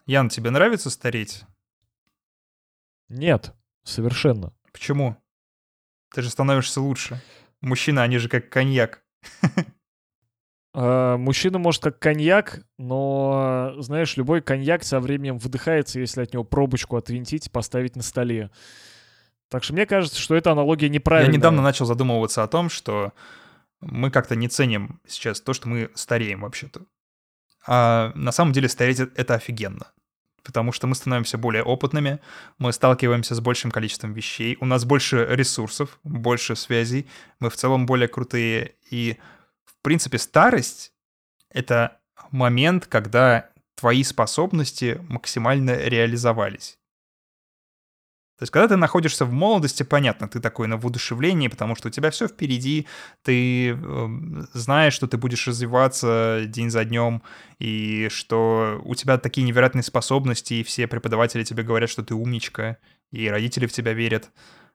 Ян, тебе нравится стареть? Нет, совершенно. Почему? Ты же становишься лучше. Мужчины, они же как коньяк. Мужчина может как коньяк, но, знаешь, любой коньяк со временем выдыхается, если от него пробочку отвинтить и поставить на столе. Так что мне кажется, что эта аналогия Я неправильная. недавно начал задумываться о том, что мы как-то не ценим сейчас то, что мы стареем вообще-то. А на самом деле стареть — это офигенно. Потому что мы становимся более опытными, мы сталкиваемся с большим количеством вещей, у нас больше ресурсов, больше связей, мы в целом более крутые. И, в принципе, старость — это момент, когда твои способности максимально реализовались. То есть, когда ты находишься в молодости, понятно, ты такой на воодушевлении, потому что у тебя все впереди, ты знаешь, что ты будешь развиваться день за днем, и что у тебя такие невероятные способности, и все преподаватели тебе говорят, что ты умничка, и родители в тебя верят.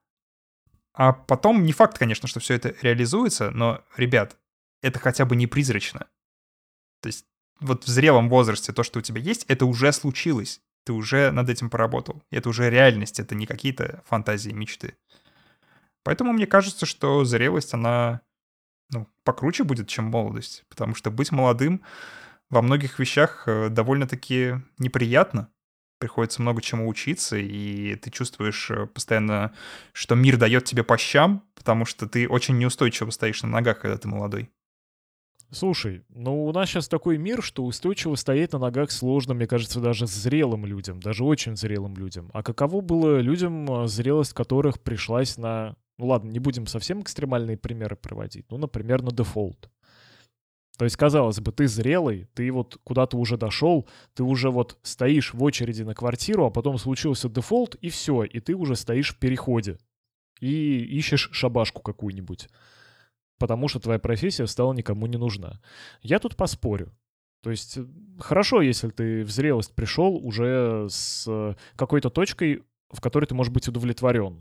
А потом не факт, конечно, что все это реализуется, но, ребят, это хотя бы не призрачно. То есть вот в зрелом возрасте то, что у тебя есть, это уже случилось. Ты уже над этим поработал. Это уже реальность, это не какие-то фантазии, мечты. Поэтому мне кажется, что зрелость, она покруче будет, чем молодость. Потому что быть молодым во многих вещах довольно-таки неприятно. Приходится много чему учиться, и ты чувствуешь постоянно, что мир дает тебе по щам, потому что ты очень неустойчиво стоишь на ногах, когда ты молодой. Слушай, ну у нас сейчас такой мир, что устойчиво стоять на ногах сложно, мне кажется, даже зрелым людям, даже очень зрелым людям. А каково было людям, зрелость которых пришлась на... Ну ладно, не будем совсем экстремальные примеры приводить, ну, например, на дефолт. То есть, казалось бы, ты зрелый, ты вот куда-то уже дошел, ты уже вот стоишь в очереди на квартиру, а потом случился дефолт, и все, и ты уже стоишь в переходе. И ищешь шабашку какую-нибудь. Потому что твоя профессия стала никому не нужна. Я тут поспорю. То есть хорошо, если ты в зрелость пришел уже с какой-то точкой, в которой ты можешь быть удовлетворен.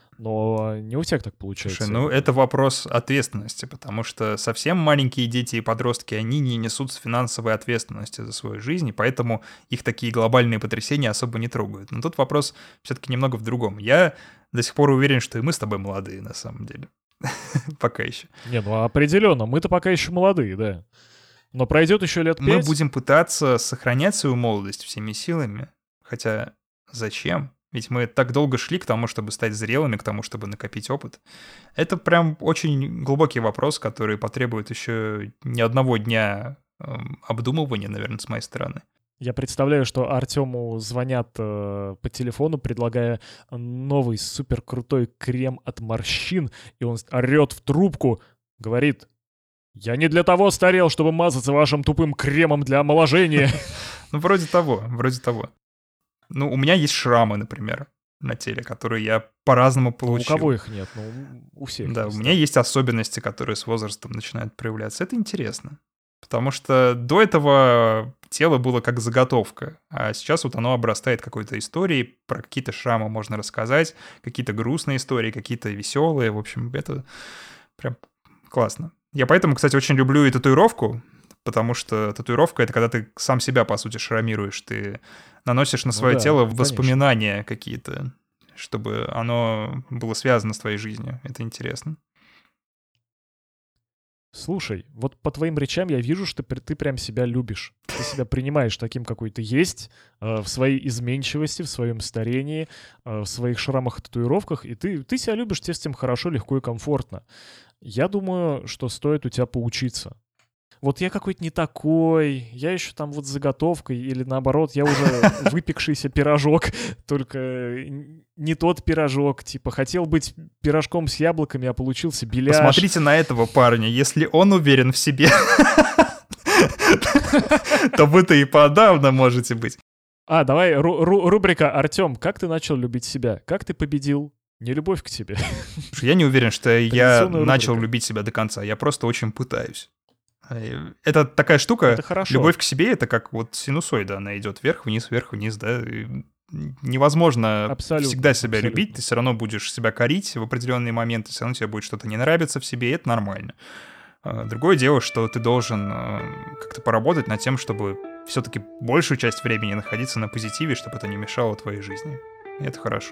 Но не у всех так получается. Слушай, это вопрос ответственности, потому что совсем маленькие дети и подростки, они не несут финансовой ответственности за свою жизнь, и поэтому их такие глобальные потрясения особо не трогают. Но тут вопрос все-таки немного в другом. Я до сих пор уверен, что и мы с тобой молодые на самом деле. Пока еще. Не, ну определенно, мы-то пока еще молодые, да. Но пройдет еще лет 5. Мы будем пытаться сохранять свою молодость всеми силами. Хотя зачем? Ведь мы так долго шли к тому, чтобы стать зрелыми, к тому, чтобы накопить опыт. Это прям очень глубокий вопрос, который потребует еще не одного дня обдумывания, наверное, с моей стороны. Я представляю, что Артему звонят по телефону, предлагая новый суперкрутой крем от морщин, и он орет в трубку, говорит: «Я не для того старел, чтобы мазаться вашим тупым кремом для омоложения». Ну, вроде того. Ну, у меня есть шрамы, например, на теле, которые я по-разному получил. У кого их нет? Ну, у всех. Да, у меня есть особенности, которые с возрастом начинают проявляться. Это интересно. Потому что до этого тело было как заготовка, а сейчас вот оно обрастает какой-то историей, про какие-то шрамы можно рассказать, какие-то грустные истории, какие-то веселые. В общем, это прям классно. Я поэтому, кстати, очень люблю и татуировку, потому что татуировка — это когда ты сам себя, по сути, шрамируешь. Ты наносишь на свое тело воспоминания какие-то, чтобы оно было связано с твоей жизнью. Это интересно. Слушай, вот по твоим речам я вижу, что ты прям себя любишь. Ты себя принимаешь таким, какой ты есть, в своей изменчивости, в своем старении, в своих шрамах и татуировках, и ты себя любишь, тебе с этим хорошо, легко и комфортно. Я думаю, что стоит у тебя поучиться. Вот я какой-то не такой, я еще там вот с заготовкой, или наоборот, я уже выпекшийся пирожок, только не тот пирожок, типа хотел быть пирожком с яблоками, а получился беляш. Посмотрите на этого парня, если он уверен в себе, то вы-то и подавно можете быть. Давай, рубрика «Артем, как ты начал любить себя? Как ты победил нелюбовь к себе?» Я не уверен, что я начал любить себя до конца, я просто очень пытаюсь. Это такая штука, это любовь к себе — это как вот синусоида, она идет вверх-вниз, да, и невозможно всегда себя любить, ты все равно будешь себя корить в определенные моменты, все равно тебе будет что-то не нравиться в себе, и это нормально. Другое дело, что ты должен как-то поработать над тем, чтобы все-таки большую часть времени находиться на позитиве, чтобы это не мешало твоей жизни. И это хорошо.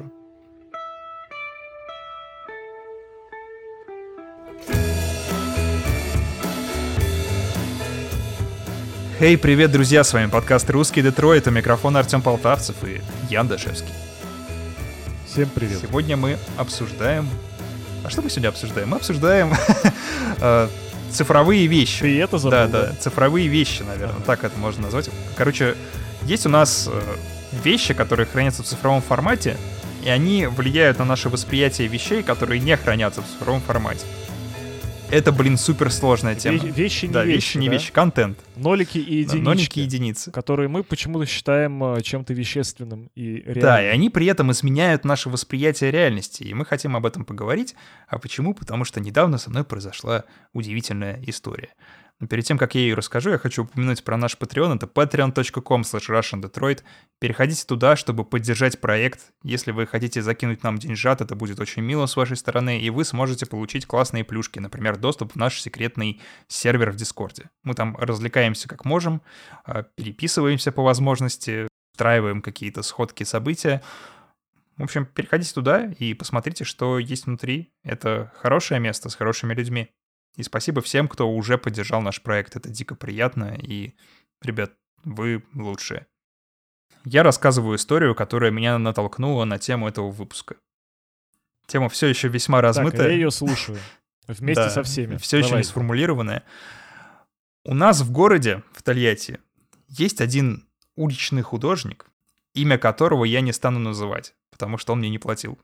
Хей, привет, друзья, с вами подкаст «Русский Детройт», у микрофона Артем Полтавцев и Ян Дашевский. Всем привет. Сегодня мы обсуждаем... А что мы сегодня обсуждаем? Мы обсуждаем цифровые вещи. Ты это забыл? Да, цифровые вещи, наверное, так это можно назвать. Короче, есть у нас вещи, которые хранятся в цифровом формате, и они влияют на наше восприятие вещей, которые не хранятся в цифровом формате. Это, суперсложная тема. Вещи не да, вещи, вещи не вещи, контент. Нолики и единички. Нолики и единицы. Которые мы почему-то считаем чем-то вещественным и реальным. Да, и они при этом изменяют наше восприятие реальности, и мы хотим об этом поговорить. А почему? Потому что недавно со мной произошла удивительная история. Но перед тем, как я ее расскажу, я хочу упомянуть про наш Patreon. Это patreon.com/RussianDetroit. Переходите туда, чтобы поддержать проект. Если вы хотите закинуть нам деньжат, это будет очень мило с вашей стороны, и вы сможете получить классные плюшки, например, доступ в наш секретный сервер в Дискорде. Мы там развлекаемся как можем, переписываемся по возможности, устраиваем какие-то сходки, события. В общем, переходите туда и посмотрите, что есть внутри. Это хорошее место с хорошими людьми. И спасибо всем, кто уже поддержал наш проект. Это дико приятно. И, ребят, вы лучшие. Я рассказываю историю, которая меня натолкнула на тему этого выпуска. Тема все еще весьма размытая. Так, я ее слушаю. Вместе со всеми. Все еще не сформулированная. У нас в городе, в Тольятти, есть один уличный художник, имя которого я не стану называть, потому что он мне не платил.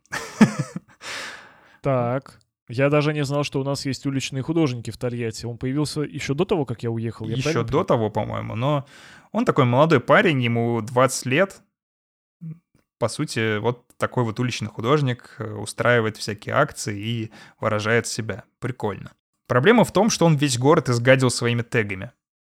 Так... Я даже не знал, что у нас есть уличные художники в Тольятти. Он появился еще до того, как я уехал. Еще до того, по-моему. Но он такой молодой парень, ему 20 лет. По сути, вот такой вот уличный художник устраивает всякие акции и выражает себя. Прикольно. Проблема в том, что он весь город изгадил своими тегами.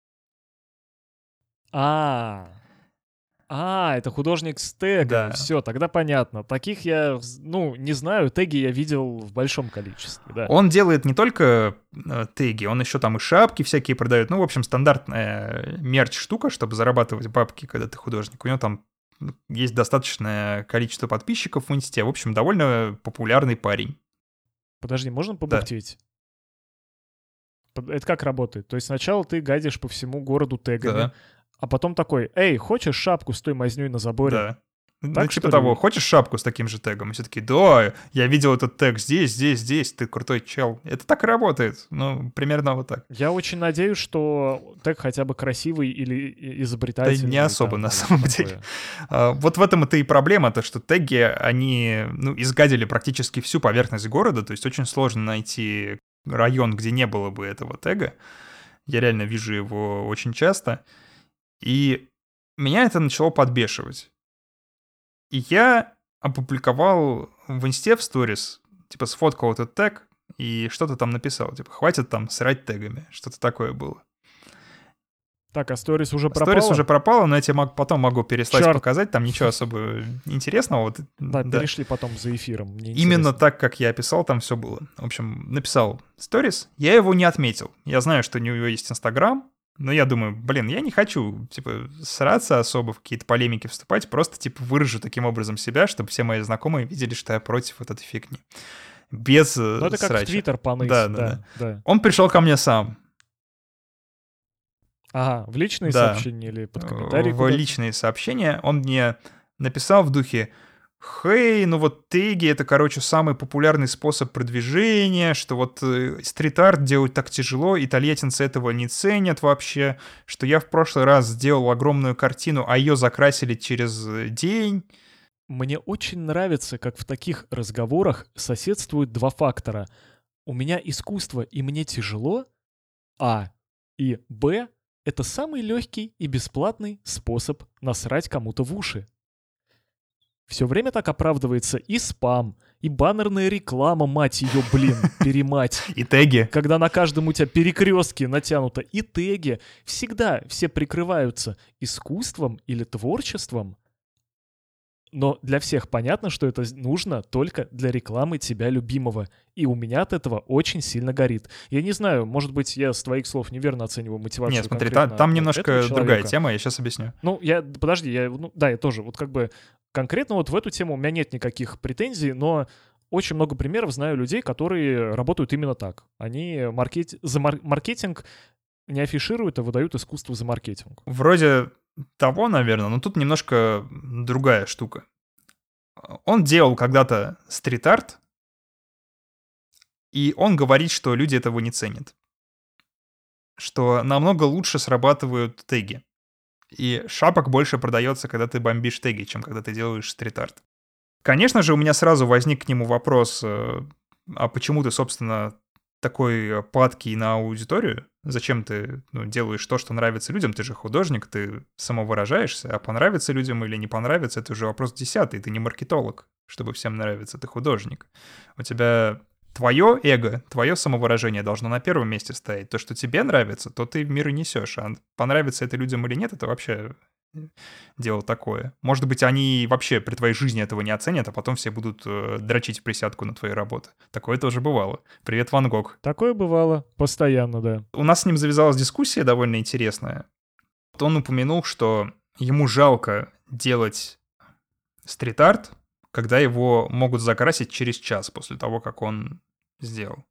Это художник с тегом. Да. Все, тогда понятно. Таких я, не знаю, теги я видел в большом количестве, да. Он делает не только теги, он еще там и шапки всякие продает. В общем, стандартная мерч-штука, чтобы зарабатывать бабки, когда ты художник. У него там есть достаточное количество подписчиков в инсте. В общем, довольно популярный парень. Подожди, можно побухтеть? Да. Это как работает? То есть сначала ты гадишь по всему городу тегами, да. А потом такой: эй, хочешь шапку с той мазнёй на заборе? Да. Так, типа того, хочешь шапку с таким же тегом? И все такие: да, я видел этот тег здесь, ты крутой чел. Это так и работает. Примерно вот так. Я очень надеюсь, что тег хотя бы красивый или изобретательный. Да не особо, на самом деле. Вот в этом это и проблема, то что теги, они изгадили практически всю поверхность города, то есть очень сложно найти район, где не было бы этого тега. Я реально вижу его очень часто. И меня это начало подбешивать. И я опубликовал в инсте в сторис, сфоткал этот тег и что-то там написал. Хватит там срать тегами. Что-то такое было. Так, а сторис уже пропало? Сторис уже пропало, но я тебе потом могу переслать, показать. Там ничего особо интересного. Да, перешли потом за эфиром. Именно так, как я описал, там все было. В общем, написал сторис. Я его не отметил. Я знаю, что у него есть Инстаграм. Но я думаю, я не хочу, сраться особо в какие-то полемики вступать, просто, выражу таким образом себя, чтобы все мои знакомые видели, что я против вот этой фигни. Без срача. Это как в Твиттер поныть. Да. Он пришел ко мне сам. Ага, в личные сообщения или под комментарии? В личные сообщения. Он мне написал в духе: хей, теги — это, самый популярный способ продвижения, что стрит-арт делать так тяжело, и тольяттинцы этого не ценят вообще, что я в прошлый раз сделал огромную картину, а ее закрасили через день. Мне очень нравится, как в таких разговорах соседствуют два фактора. У меня искусство, и мне тяжело, и б — это самый легкий и бесплатный способ насрать кому-то в уши. Все время так оправдывается и спам, и баннерная реклама, мать ее, перемать. И теги. Когда на каждом у тебя перекрестке натянуто, и теги. Всегда все прикрываются искусством или творчеством. Но для всех понятно, что это нужно только для рекламы тебя любимого. И у меня от этого очень сильно горит. Я не знаю, может быть, я с твоих слов неверно оцениваю мотивацию. Нет, смотри, конкретно, там этого немножко другая человека. тема, я сейчас объясню. Ну, подожди, я тоже, вот как бы конкретно вот в эту тему у меня нет никаких претензий, но очень много примеров знаю людей, которые работают именно так. Они маркетинг не афишируют, а выдают искусство за маркетинг. Вроде того, наверное, но тут немножко другая штука. Он делал когда-то стрит-арт, и он говорит, что люди этого не ценят. Что намного лучше срабатывают теги. И шапок больше продается, когда ты бомбишь теги, чем когда ты делаешь стрит-арт. Конечно же, у меня сразу возник к нему вопрос, а почему ты, собственно, такой падкий на аудиторию? Зачем ты делаешь то, что нравится людям? Ты же художник, ты самовыражаешься, а понравится людям или не понравится, это уже вопрос 10, ты не маркетолог, чтобы всем нравиться, ты художник. У тебя твое эго, твое самовыражение должно на первом месте стоять. То, что тебе нравится, то ты в мир и несешь, а понравится это людям или нет, это вообще дело такое. Может быть, они вообще при твоей жизни этого не оценят, а потом все будут дрочить в присядку на твои работы. Такое тоже бывало. Привет, Ван Гог. Такое бывало постоянно, да. У нас с ним завязалась дискуссия довольно интересная. Он упомянул, что ему жалко делать стрит-арт, когда его могут закрасить через час после того, как он сделал.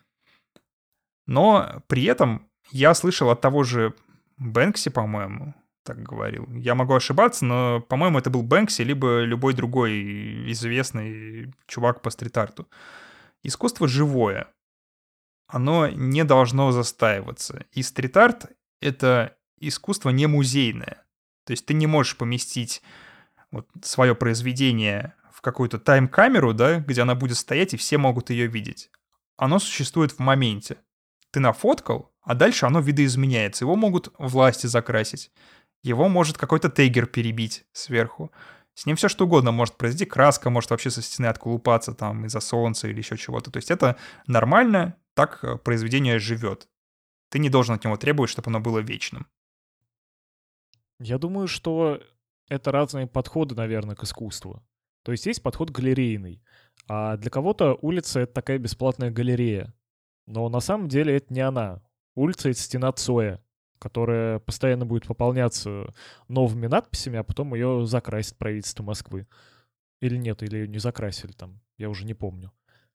Но при этом я слышал от того же Бэнкси, по-моему, так говорил. Я могу ошибаться, но, по-моему, это был Бэнкси, либо любой другой известный чувак по стрит-арту. Искусство живое. Оно не должно застаиваться. И стрит-арт — это искусство не музейное. То есть ты не можешь поместить вот свое произведение в какую-то тайм-камеру, да, где она будет стоять, и все могут ее видеть. Оно существует в моменте. Ты нафоткал, а дальше оно видоизменяется. Его могут власти закрасить. Его может какой-то тегер перебить сверху. С ним все что угодно может произойти. Краска может вообще со стены отколупаться там из-за солнца или еще чего-то. То есть это нормально, так произведение живет. Ты не должен от него требовать, чтобы оно было вечным. Я думаю, что это разные подходы, наверное, к искусству. То есть есть подход галерейный, а для кого-то улица — это такая бесплатная галерея. Но на самом деле это не она. Улица — это стена Цоя, которая постоянно будет пополняться новыми надписями, а потом ее закрасит правительство Москвы. Или нет, или ее не закрасили там, я уже не помню.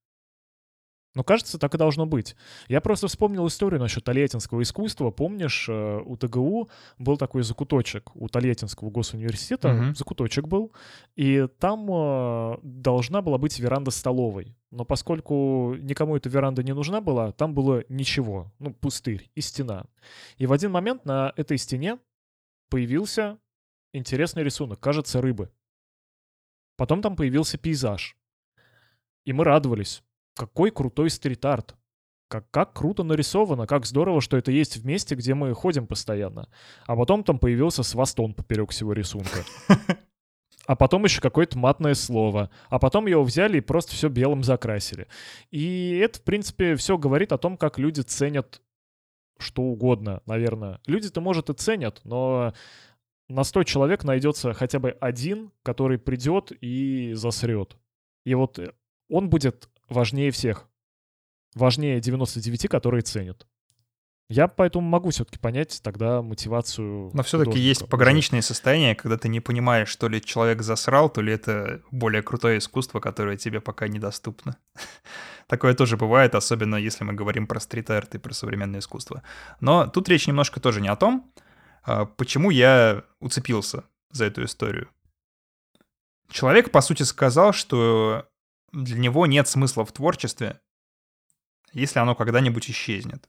Но кажется, так и должно быть. Я просто вспомнил историю насчет тольяттинского искусства. Помнишь, у ТГУ был такой закуточек, у Тольяттинского госуниверситета закуточек был, и там должна была быть веранда столовой. Но поскольку никому эта веранда не нужна была, там было ничего, пустырь и стена. И в один момент на этой стене появился интересный рисунок, кажется, рыбы. Потом там появился пейзаж. И мы радовались. Какой крутой стрит-арт. Как круто нарисовано, как здорово, что это есть в месте, где мы ходим постоянно. А потом там появился свастон поперек всего рисунка. А потом еще какое-то матное слово. А потом его взяли и просто все белым закрасили. И это, в принципе, все говорит о том, как люди ценят что угодно, наверное. Люди-то, может, и ценят, но на 100 человек найдется хотя бы один, который придет и засрет. И вот он будет важнее всех. Важнее 99, которые ценят. Я поэтому могу все-таки понять тогда мотивацию. Но все-таки есть пограничные состояния, когда ты не понимаешь, то ли человек засрал, то ли это более крутое искусство, которое тебе пока недоступно. Такое тоже бывает, особенно если мы говорим про стрит-арт и про современное искусство. Но тут речь немножко тоже не о том, почему я уцепился за эту историю. Человек, по сути, сказал, что для него нет смысла в творчестве, если оно когда-нибудь исчезнет.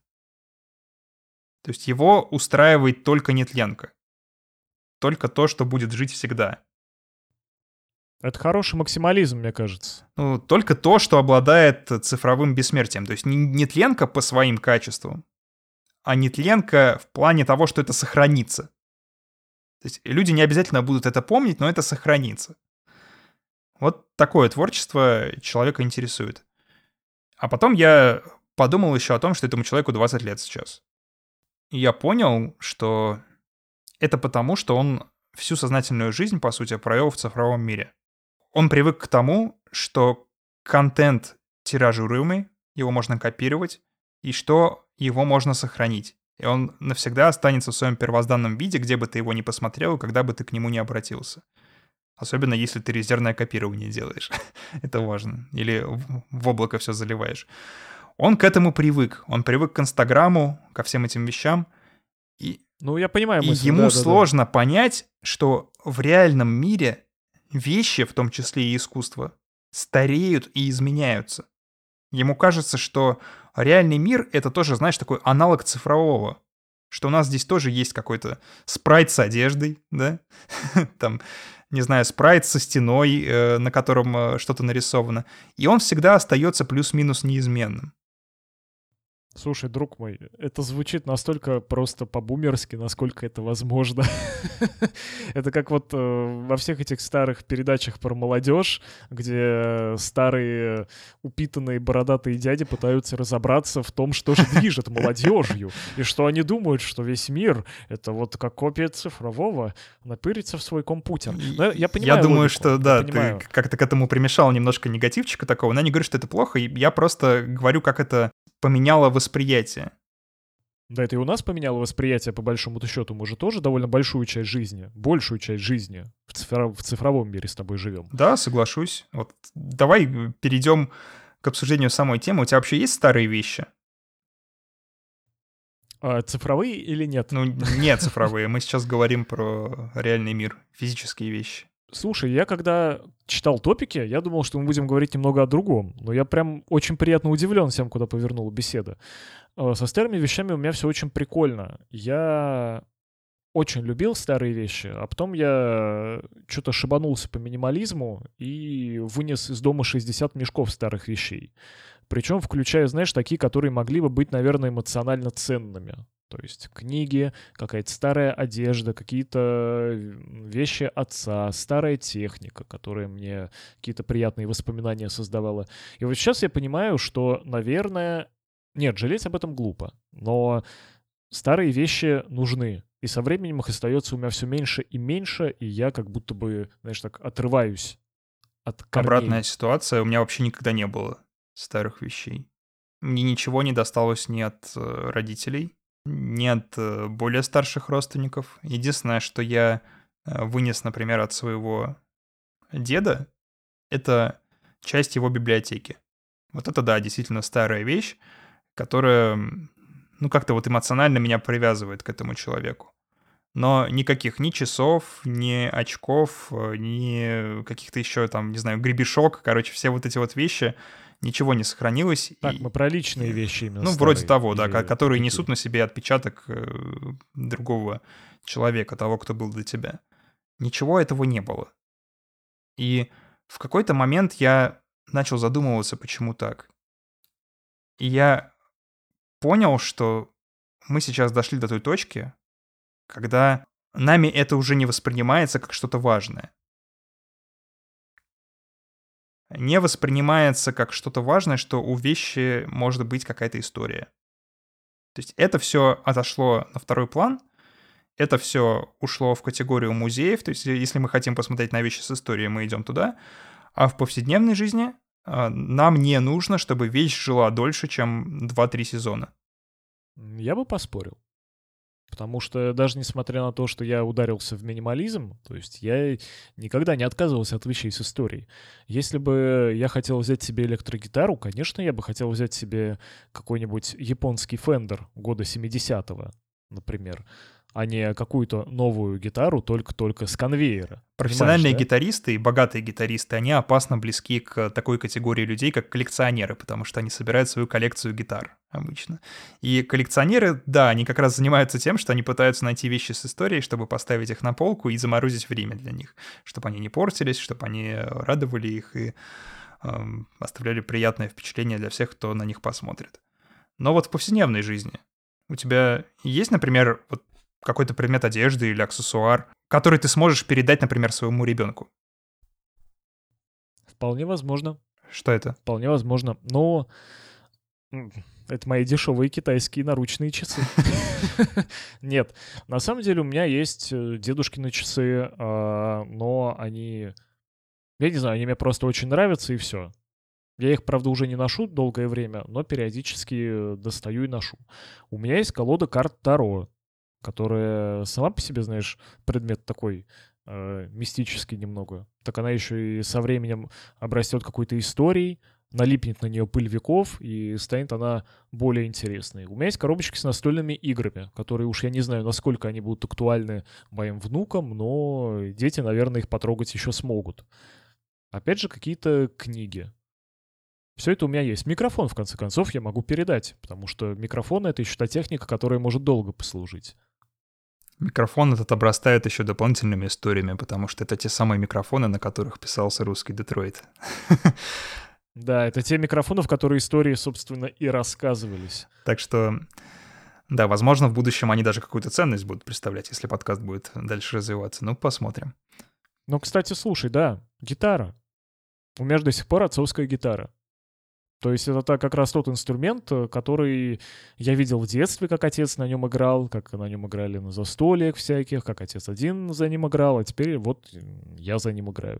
То есть его устраивает только нетленка. Только то, что будет жить всегда. Это хороший максимализм, мне кажется. Только то, что обладает цифровым бессмертием. То есть не нетленка по своим качествам, а нетленка в плане того, что это сохранится. То есть люди не обязательно будут это помнить, но это сохранится. Вот такое творчество человека интересует. А потом я подумал еще о том, что этому человеку 20 лет сейчас. И я понял, что это потому, что он всю сознательную жизнь, по сути, провел в цифровом мире. он привык к тому, что контент тиражируемый, его можно копировать, и что его можно сохранить. И он навсегда останется в своем первозданном виде, где бы ты его ни посмотрел, когда бы ты к нему не обратился. Особенно если ты резервное копирование делаешь. Это важно. Или в облако все заливаешь. Он к этому привык. Он привык к Инстаграму, ко всем этим вещам. Ну, я понимаю И мысль. ему Да. сложно понять, что в реальном мире вещи, в том числе и искусство, стареют и изменяются. Ему кажется, что реальный мир — это тоже, знаешь, такой аналог цифрового. Что у нас здесь тоже есть какой-то спрайт с одеждой, да? Там, не знаю, спрайт со стеной, на котором что-то нарисовано. И он всегда остается плюс-минус неизменным. Слушай, друг мой, это звучит настолько просто по-бумерски, насколько это возможно. Это как вот во всех этих старых передачах про молодежь, где старые упитанные бородатые дяди пытаются разобраться в том, что же движет молодежью, и что они думают, что весь мир — это вот как копия цифрового, напыриться в свой компьютер. Я понимаю Я думаю, логику, что, да, ты как-то к этому примешал немножко негативчика такого, но я не говорю, что это плохо, я просто говорю, как это поменяло восприятие. Да, это и у нас поменяло восприятие, по большому счету. Мы же тоже довольно большую часть жизни, большую часть жизни в цифровом мире с тобой живем. Да, соглашусь. Вот давай перейдем к обсуждению самой темы. У тебя вообще есть старые вещи? Цифровые или нет? Ну, не цифровые. Мы сейчас говорим про реальный мир, физические вещи. Слушай, я когда читал топики, я думал, что мы будем говорить немного о другом. Но я прям очень приятно удивлен всем, куда повернула беседа. Со старыми вещами у меня все очень прикольно. Я очень любил старые вещи, а потом я что-то шибанулся по минимализму и вынес из дома 60 мешков старых вещей. Причем включая, знаешь, такие, которые могли бы быть, наверное, эмоционально ценными. То есть книги, какая-то старая одежда, какие-то вещи отца, старая техника, которая мне какие-то приятные воспоминания создавала. И вот сейчас я понимаю, что, наверное... Нет, жалеть об этом глупо, но старые вещи нужны. И со временем их остается у меня все меньше, и я как будто бы, знаешь, так отрываюсь от корней. Обратная ситуация. У меня вообще никогда не было старых вещей. Мне ничего не досталось ни от родителей, ни от более старших родственников. Единственное, что я вынес, например, от своего деда, это часть его библиотеки. Вот это, да, действительно старая вещь, которая, ну, как-то вот эмоционально меня привязывает к этому человеку. Но никаких ни часов, ни очков, ни каких-то еще там, не знаю, гребешок, короче, все вот эти вот вещи, ничего не сохранилось. Так, мы про личные вещи именно. Ну, вроде того, да, которые несут на себе отпечаток другого человека, того, кто был до тебя. Ничего этого не было. И в какой-то момент я начал задумываться, почему так. И я понял, что мы сейчас дошли до той точки, когда нами это уже не воспринимается как что-то важное. Не воспринимается как что-то важное, что у вещи может быть какая-то история. То есть это все отошло на второй план, это все ушло в категорию музеев, то есть если мы хотим посмотреть на вещи с историей, мы идем туда, а в повседневной жизни нам не нужно, чтобы вещь жила дольше, чем 2-3 сезона. Я бы поспорил. Потому что даже несмотря на то, что я ударился в минимализм, то есть я никогда не отказывался от вещей с историей. Если бы я хотел взять себе электрогитару, конечно, я бы хотел взять себе какой-нибудь японский Fender года 70-го, например, а не какую-то новую гитару только с конвейера. Профессиональные гитаристы и богатые гитаристы, они опасно близки к такой категории людей, как коллекционеры, потому что они собирают свою коллекцию гитар обычно. И коллекционеры, да, они как раз занимаются тем, что они пытаются найти вещи с историей, чтобы поставить их на полку и заморозить время для них, чтобы они не портились, чтобы они радовали их и оставляли приятное впечатление для всех, кто на них посмотрит. Но вот в повседневной жизни у тебя есть, например, вот какой-то предмет одежды или аксессуар, который ты сможешь передать, например, своему ребенку? Вполне возможно. Что это? Вполне возможно. Но это мои дешевые китайские наручные часы. Нет, на самом деле у меня есть дедушкины часы, но они Я не знаю, они мне просто очень нравятся, и все. Я их, правда, уже не ношу долгое время, но периодически достаю и ношу. У меня есть колода карт Таро, которая сама по себе, знаешь, предмет такой мистический немного. Так она еще и со временем обрастет какой-то историей, налипнет на нее пыль веков, и станет она более интересной. У меня есть коробочки с настольными играми, которые уж я не знаю, насколько они будут актуальны моим внукам, но дети, наверное, их потрогать еще смогут. Опять же, какие-то книги. Все это у меня есть. Микрофон, в конце концов, я могу передать, потому что микрофон — это еще та техника, которая может долго послужить. Микрофон этот обрастает еще дополнительными историями, потому что это те самые микрофоны, на которых писался русский Детройт. Да, это те микрофоны, в которые истории, собственно, и рассказывались. Так что, да, возможно, в будущем они даже какую-то ценность будут представлять, если подкаст будет дальше развиваться. Ну, посмотрим. Ну, кстати, слушай, да, гитара. У меня же до сих пор отцовская гитара. То есть это как раз тот инструмент, который я видел в детстве, как отец на нем играл, как на нем играли на застольях всяких, как отец один за ним играл, а теперь вот я за ним играю.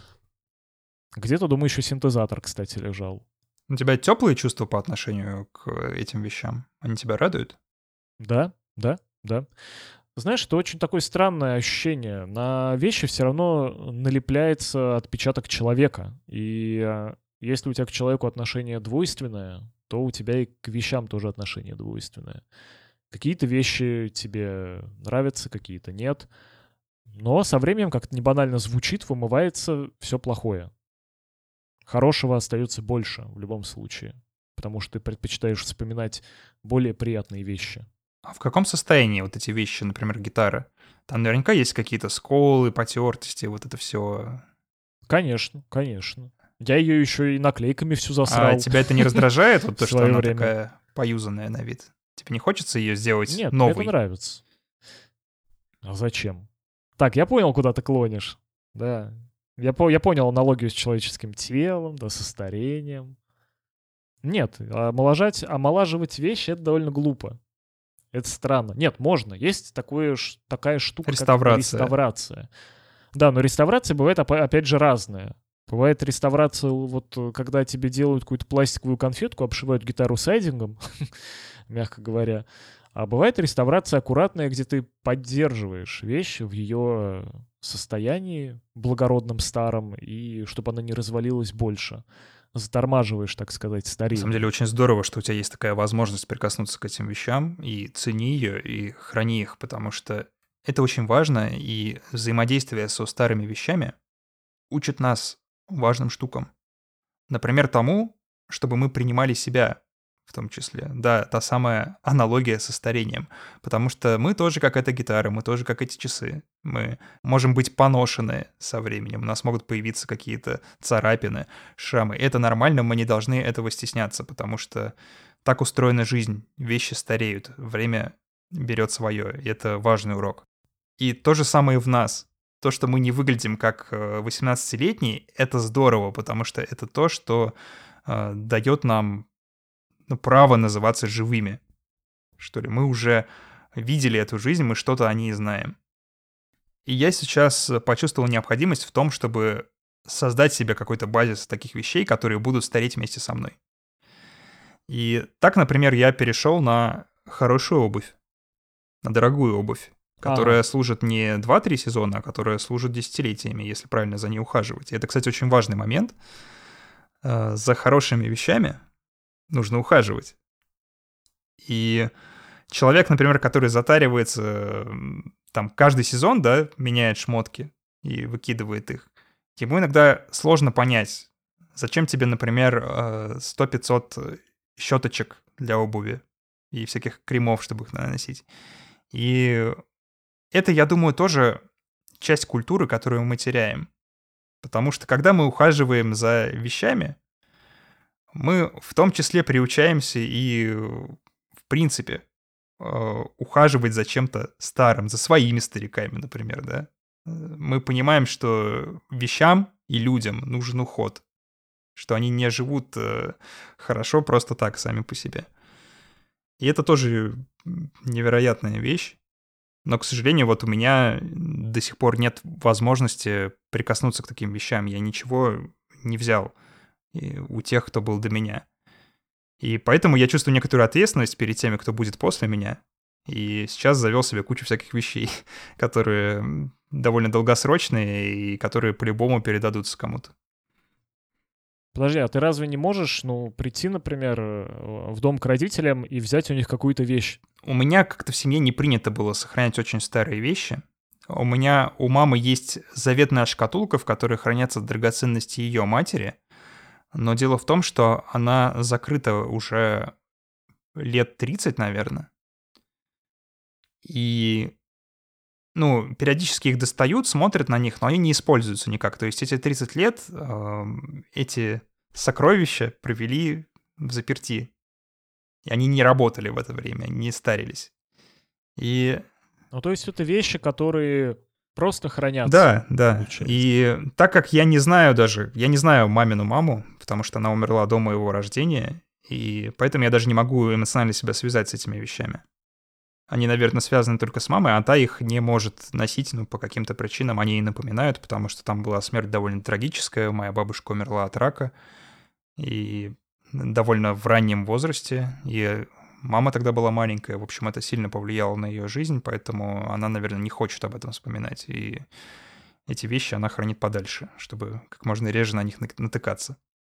Где-то, думаю, еще синтезатор, кстати, лежал. У тебя теплые чувства по отношению к этим вещам? Они тебя радуют? Да, да, да. Знаешь, это очень такое странное ощущение. На вещи все равно налепляется отпечаток человека. И если у тебя к человеку отношение двойственное, то у тебя и к вещам тоже отношение двойственное. Какие-то вещи тебе нравятся, какие-то нет. Но со временем, как-то не банально звучит, вымывается все плохое. Хорошего остается больше в любом случае, потому что ты предпочитаешь вспоминать более приятные вещи. А в каком состоянии вот эти вещи, например, гитара? Там наверняка есть какие-то сколы, потертости, вот это все. Конечно, конечно. Я ее еще и наклейками всю засрал. А тебя это не раздражает, вот в то, что свое она время. такая поюзанная на вид? Тебе не хочется ее сделать Нет, мне это новой? нравится. А зачем? Так, я понял, куда ты клонишь. Да. Я понял аналогию с человеческим телом, да, со старением. Нет, омолаживать вещи — это довольно глупо. Это странно. Нет, можно. Есть такая штука, как Реставрация. реставрация. Да, но реставрация бывает, опять же, разная. Бывает реставрация, вот когда тебе делают какую-то пластиковую конфетку, обшивают гитару сайдингом, мягко говоря. А бывает реставрация аккуратная, где ты поддерживаешь вещь в ее состоянии благородном, старом, и чтобы она не развалилась больше. Затормаживаешь, так сказать, На старение. самом деле очень здорово, что у тебя есть такая возможность прикоснуться к этим вещам, и цени ее, и храни их, потому что это очень важно, и взаимодействие со старыми вещами учит нас важным штукам. Например, тому, чтобы мы принимали себя в том числе. Да, та самая аналогия со старением. Потому что мы тоже как эта гитара, мы тоже как эти часы. Мы можем быть поношены со временем, у нас могут появиться какие-то царапины, шрамы. Это нормально, мы не должны этого стесняться, потому что так устроена жизнь. Вещи стареют, время берет свое, и это важный урок. И то же самое в нас. То, что мы не выглядим как 18-летние, это здорово, потому что это то, что дает нам право называться живыми. Что ли, мы уже видели эту жизнь, мы что-то о ней знаем. И я сейчас почувствовал необходимость в том, чтобы создать себе какой-то базис таких вещей, которые будут стареть вместе со мной. И так, например, я перешел на хорошую обувь, на дорогую обувь, которая служит не 2-3 сезона, а которая служит десятилетиями, если правильно за ней ухаживать. И это, кстати, очень важный момент. За хорошими вещами нужно ухаживать. И человек, например, который затаривается, там, каждый сезон, да, меняет шмотки и выкидывает их, ему иногда сложно понять, зачем тебе, например, 100-500 щеточек для обуви и всяких кремов, чтобы их наносить. И это, я думаю, тоже часть культуры, которую мы теряем. Потому что когда мы ухаживаем за вещами, мы в том числе приучаемся и, в принципе, ухаживать за чем-то старым, за своими стариками, например, да. Мы понимаем, что вещам и людям нужен уход, что они не живут хорошо просто так, сами по себе. И это тоже невероятная вещь. Но, к сожалению, вот у меня до сих пор нет возможности прикоснуться к таким вещам. Я ничего не взял у тех, кто был до меня. И поэтому я чувствую некоторую ответственность перед теми, кто будет после меня. И сейчас завел себе кучу всяких вещей, которые довольно долгосрочные и которые по-любому передадутся кому-то. Подожди, а ты разве не можешь, прийти, например, в дом к родителям и взять у них какую-то вещь? У меня как-то в семье не принято было сохранять очень старые вещи. У мамы есть заветная шкатулка, в которой хранятся драгоценности ее матери. Но дело в том, что она закрыта уже лет 30, наверное. И, периодически их достают, смотрят на них, но они не используются никак. То есть эти 30 лет эти сокровища провели в заперти. И они не работали в это время, они не старились. И... то есть это вещи, которые просто хранятся. Да. Получается. И так как я не знаю мамину маму, потому что она умерла до моего рождения, и поэтому я даже не могу эмоционально себя связать с этими вещами. Они, наверное, связаны только с мамой, а та их не может носить, по каким-то причинам. Они ей напоминают, потому что там была смерть довольно трагическая. Моя бабушка умерла от рака, и довольно в раннем возрасте. И мама тогда была маленькая. В общем, это сильно повлияло на ее жизнь, поэтому она, наверное, не хочет об этом вспоминать. И эти вещи она хранит подальше, чтобы как можно реже на них натыкаться.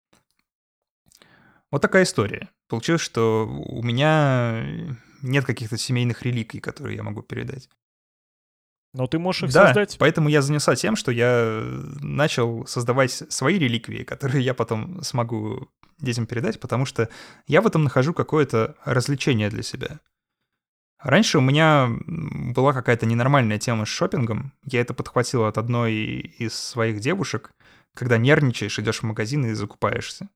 Вот такая история. Получилось, что у меня нет каких-то семейных реликвий, которые я могу передать. Но ты можешь их создать. Да, поэтому я занялся тем, что я начал создавать свои реликвии, которые я потом смогу детям передать, потому что я в этом нахожу какое-то развлечение для себя. Раньше у меня была какая-то ненормальная тема с шопингом. Я это подхватил от одной из своих девушек, когда нервничаешь, идешь в магазин и закупаешься.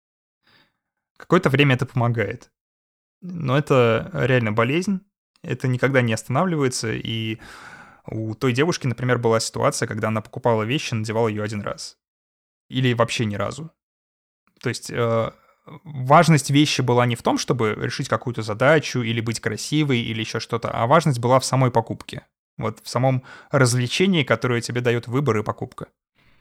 Какое-то время это помогает. Но это реально болезнь, это никогда не останавливается, и у той девушки, например, была ситуация, когда она покупала вещи, надевала ее один раз. Или вообще ни разу. То есть важность вещи была не в том, чтобы решить какую-то задачу, или быть красивой, или еще что-то, а важность была в самой покупке. Вот в самом развлечении, которое тебе дает выбор и покупка.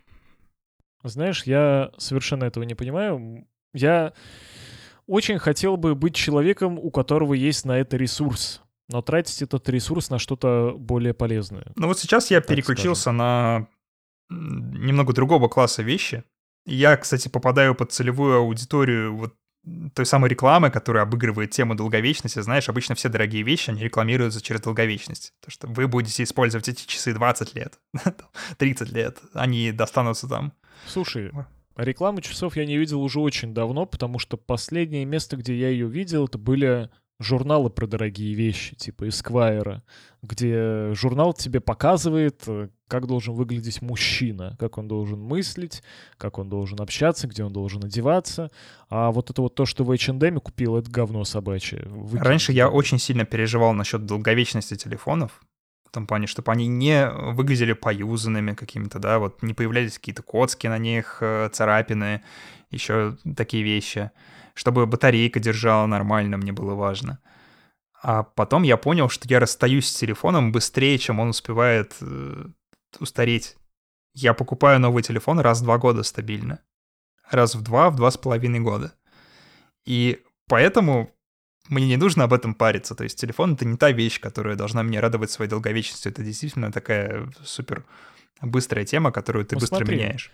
Знаешь, я совершенно этого не понимаю. Я очень хотел бы быть человеком, у которого есть на это ресурс, но тратить этот ресурс на что-то более полезное. Вот сейчас я переключился на немного другого класса вещи. Я, кстати, попадаю под целевую аудиторию вот той самой рекламы, которая обыгрывает тему долговечности. Знаешь, обычно все дорогие вещи, они рекламируются через долговечность. То, что вы будете использовать эти часы 20 лет, 30 лет, они достанутся там. Слушай, рекламу часов я не видел уже очень давно, потому что последнее место, где я ее видел, это были журналы про дорогие вещи, типа Esquire, где журнал тебе показывает, как должен выглядеть мужчина, как он должен мыслить, как он должен общаться, где он должен одеваться. А вот это вот то, что в H&M купил, это говно собачье. Раньше я очень сильно переживал насчет долговечности телефонов, в том плане, чтобы они не выглядели поюзанными какими-то, да, вот не появлялись какие-то коцки на них, царапины, еще такие вещи. Чтобы батарейка держала нормально, мне было важно. А потом я понял, что я расстаюсь с телефоном быстрее, чем он успевает устареть. Я покупаю новый телефон раз в 2 года стабильно. Раз в 2,5 года. И поэтому мне не нужно об этом париться. То есть телефон — это не та вещь, которая должна меня радовать своей долговечностью. Это действительно такая супер быстрая тема, которую ты быстро меняешь.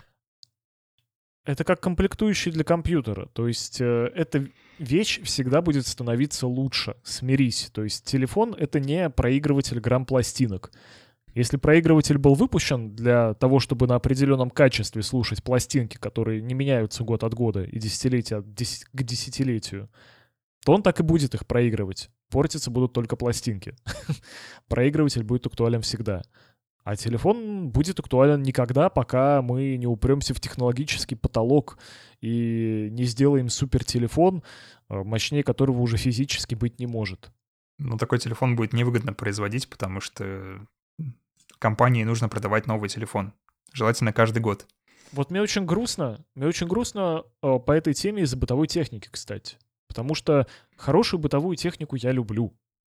Это как комплектующий для компьютера. То есть эта вещь всегда будет становиться лучше. Смирись. То есть телефон — это не проигрыватель грамм-пластинок. Если проигрыватель был выпущен для того, чтобы на определенном качестве слушать пластинки, которые не меняются год от года и десятилетие к десятилетию, то он так и будет их проигрывать. Портиться будут только пластинки. Проигрыватель будет актуален всегда. А телефон будет актуален никогда, пока мы не упремся в технологический потолок и не сделаем супертелефон, мощнее которого уже физически быть не может. Такой телефон будет невыгодно производить, потому что компании нужно продавать новый телефон. Желательно каждый год. Вот мне очень грустно по этой теме из-за бытовой техники, кстати. Потому что хорошую бытовую технику я люблю.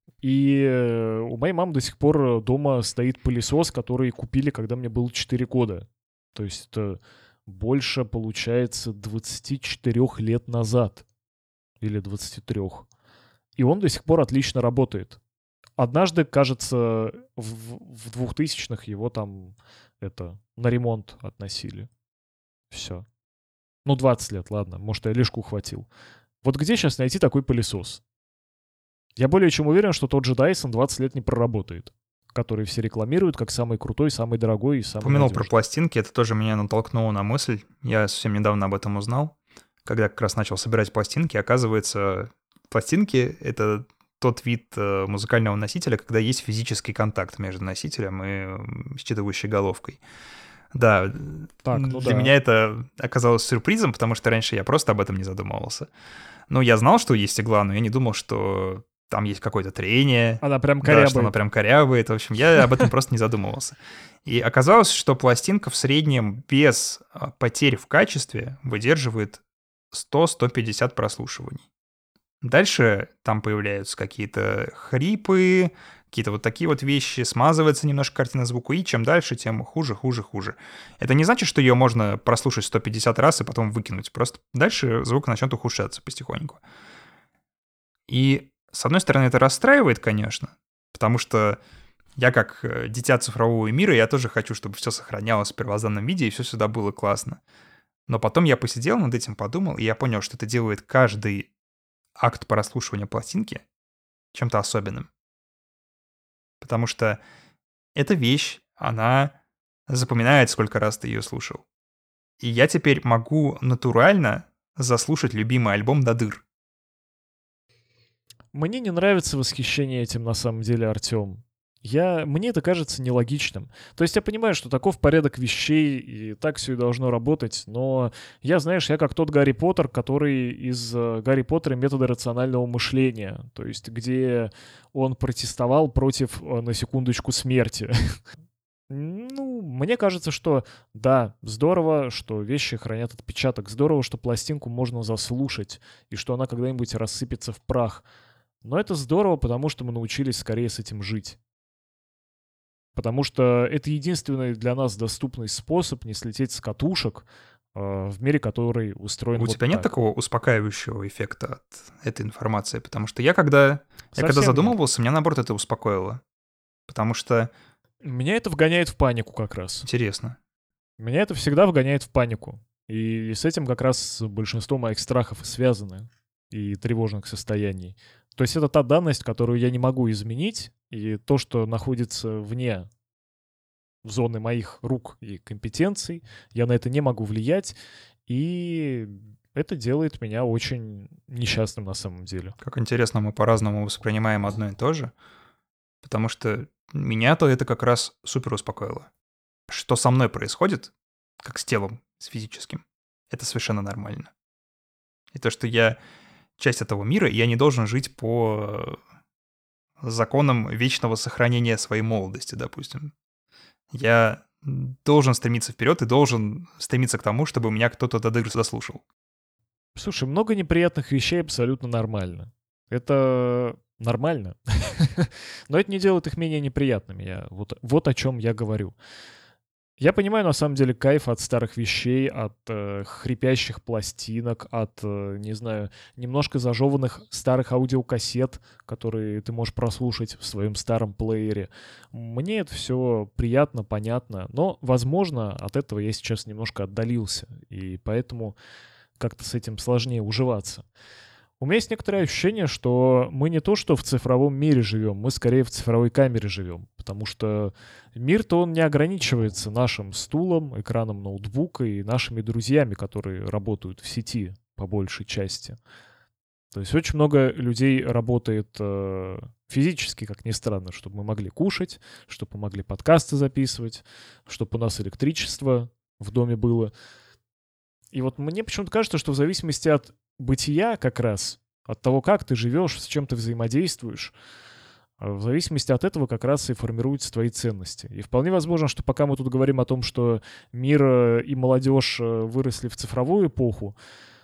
И у моей мамы до сих пор дома стоит пылесос, который купили, когда мне было 4 года. То есть это больше, получается, 24 лет назад. Или 23. И он до сих пор отлично работает. Однажды, кажется, в 2000-х его там на ремонт относили. Все. Ну, 20 лет, ладно. Может, я лишку ухватил. Вот где сейчас найти такой пылесос? Я более чем уверен, что тот же Dyson 20 лет не проработает, который все рекламируют как самый крутой, самый дорогой и самый Упомянул про надежный. пластинки, это тоже меня натолкнуло на мысль. Я совсем недавно об этом узнал, когда как раз начал собирать пластинки. Оказывается, пластинки — это тот вид музыкального носителя, когда есть физический контакт между носителем и считывающей головкой. Да, Так, ну для да. меня это оказалось сюрпризом, потому что раньше я просто об этом не задумывался. Ну, я знал, что есть игла, но я не думал, что там есть какое-то трение. Она прям Да, корябает. что она прям корябает. В общем, я об этом просто не задумывался. И оказалось, что пластинка в среднем без потерь в качестве выдерживает 100-150 прослушиваний. Дальше там появляются какие-то хрипы, какие-то вот такие вот вещи, смазывается немножко картина звука, и чем дальше, тем хуже, хуже, хуже. Это не значит, что ее можно прослушать 150 раз и потом выкинуть. Просто дальше звук начнет ухудшаться потихоньку. И, с одной стороны, это расстраивает, конечно, потому что я как дитя цифрового мира, я тоже хочу, чтобы все сохранялось в первозданном виде, и все сюда было классно. Но потом я посидел над этим, подумал, и я понял, что это делает каждый акт прослушивания пластинки чем-то особенным. Потому что эта вещь, она запоминает, сколько раз ты ее слушал. И я теперь могу натурально заслушать любимый альбом до дыр. Мне не нравится восхищение этим на самом деле, Артем. Мне это кажется нелогичным. То есть я понимаю, что таков порядок вещей, и так все и должно работать, но я как тот Гарри Поттер, который из Гарри Поттера метода рационального мышления, то есть где он протестовал против, на секундочку, смерти. Ну, мне кажется, что да, здорово, что вещи хранят отпечаток, здорово, что пластинку можно заслушать, и что она когда-нибудь рассыпется в прах. Но это здорово, потому что мы научились скорее с этим жить. Потому что это единственный для нас доступный способ не слететь с катушек в мире, который устроен У вот тебя нет так. такого успокаивающего эффекта от этой информации? Потому что я когда Совсем нет. задумывался, меня наоборот это успокоило. Потому что Меня это вгоняет в панику как раз. интересно. Меня это всегда вгоняет в панику. И с этим как раз большинство моих страхов и связаны. И тревожных состояний. То есть это та данность, которую я не могу изменить. И то, что находится вне зоны моих рук и компетенций, я на это не могу влиять. И это делает меня очень несчастным на самом деле. Как интересно, мы по-разному воспринимаем одно и то же. Потому что меня-то это как раз супер успокоило. Что со мной происходит, как с телом, с физическим, это совершенно нормально. И то, что я часть этого мира, и я не должен жить по законам вечного сохранения своей молодости, допустим. Я должен стремиться вперед и должен стремиться к тому, чтобы меня кто-то до дыр заслушал. Слушай, много неприятных вещей абсолютно нормально. Это нормально. Но это не делает их менее неприятными. Вот о чем я говорю. Я понимаю, на самом деле, кайф от старых вещей, от хрипящих пластинок, от, не знаю, немножко зажеванных старых аудиокассет, которые ты можешь прослушать в своем старом плеере. Мне это все приятно, понятно, но, возможно, от этого я сейчас немножко отдалился, и поэтому как-то с этим сложнее уживаться. У меня есть некоторое ощущение, что мы не то что в цифровом мире живем, мы скорее в цифровой камере живем, потому что мир-то он не ограничивается нашим стулом, экраном ноутбука и нашими друзьями, которые работают в сети по большей части. То есть очень много людей работает физически, как ни странно, чтобы мы могли кушать, чтобы мы могли подкасты записывать, чтобы у нас электричество в доме было. И вот мне почему-то кажется, что в зависимости от бытия как раз, от того, как ты живешь, с чем ты взаимодействуешь, в зависимости от этого как раз и формируются твои ценности. И вполне возможно, что пока мы тут говорим о том, что мир и молодежь выросли в цифровую эпоху,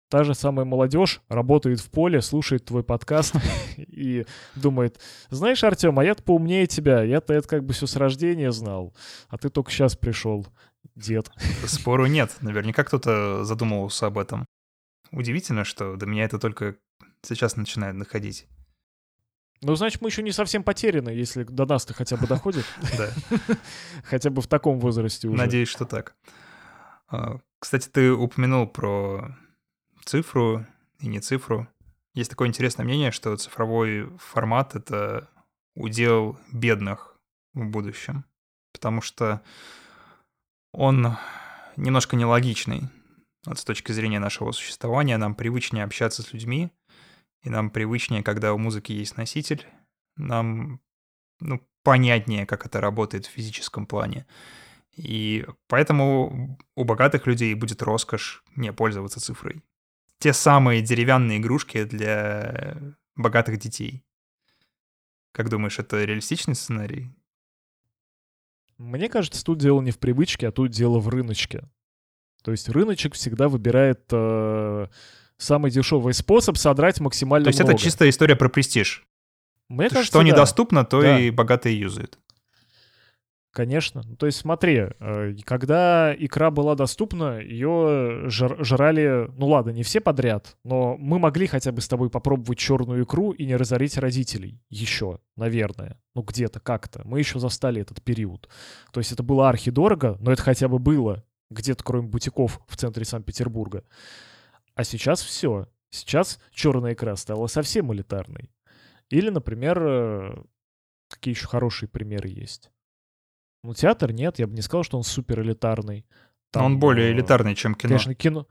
та же самая молодежь работает в поле, слушает твой подкаст и думает: знаешь, Артем, а я-то поумнее тебя, я-то это как бы все с рождения знал, а ты только сейчас пришел, дед. Спору нет, наверняка кто-то задумывался об этом. Удивительно, что до меня это только сейчас начинает доходить. Ну, значит, мы еще не совсем потеряны, если до нас-то хотя бы доходит. Да. Хотя бы в таком возрасте уже. Надеюсь, что так. Кстати, ты упомянул про цифру и не цифру. Есть такое интересное мнение, что цифровой формат — это удел бедных в будущем, потому что он немножко нелогичный. Вот с точки зрения нашего существования нам привычнее общаться с людьми, и нам привычнее, когда у музыки есть носитель, нам понятнее, как это работает в физическом плане. И поэтому у богатых людей будет роскошь не пользоваться цифрой. Те самые деревянные игрушки для богатых детей. Как думаешь, это реалистичный сценарий? Мне кажется, тут дело не в привычке, а тут дело в рыночке. То есть рыночек всегда выбирает самый дешевый способ содрать максимально много. То есть это чистая история про престиж. Мне кажется, что недоступно, то да. и богатые юзают. Конечно. То есть смотри, когда икра была доступна, ее жрали, ну ладно, не все подряд, но мы могли хотя бы с тобой попробовать черную икру и не разорить родителей. Еще, наверное. Ну где-то, как-то. Мы еще застали этот период. То есть это было архидорого, но это хотя бы было где-то, кроме бутиков в центре Санкт-Петербурга. А сейчас все. Сейчас черная икра стала совсем элитарной. Или, например, какие еще хорошие примеры есть? Ну, театр нет, я бы не сказал, что он супер элитарный. Но он более элитарный, чем кино. Конечно, кино.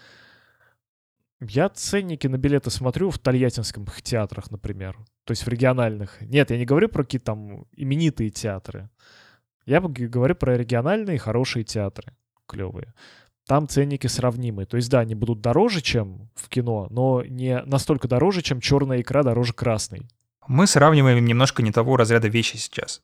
Я ценники на билеты смотрю в тольяттинских театрах, например. То есть в региональных. Нет, я не говорю про какие-то там именитые театры. Я говорю про региональные хорошие театры. Клевые. Там ценники сравнимые. То есть, да, они будут дороже, чем в кино, но не настолько дороже, чем черная икра дороже красной. Мы сравниваем немножко не того разряда вещи сейчас.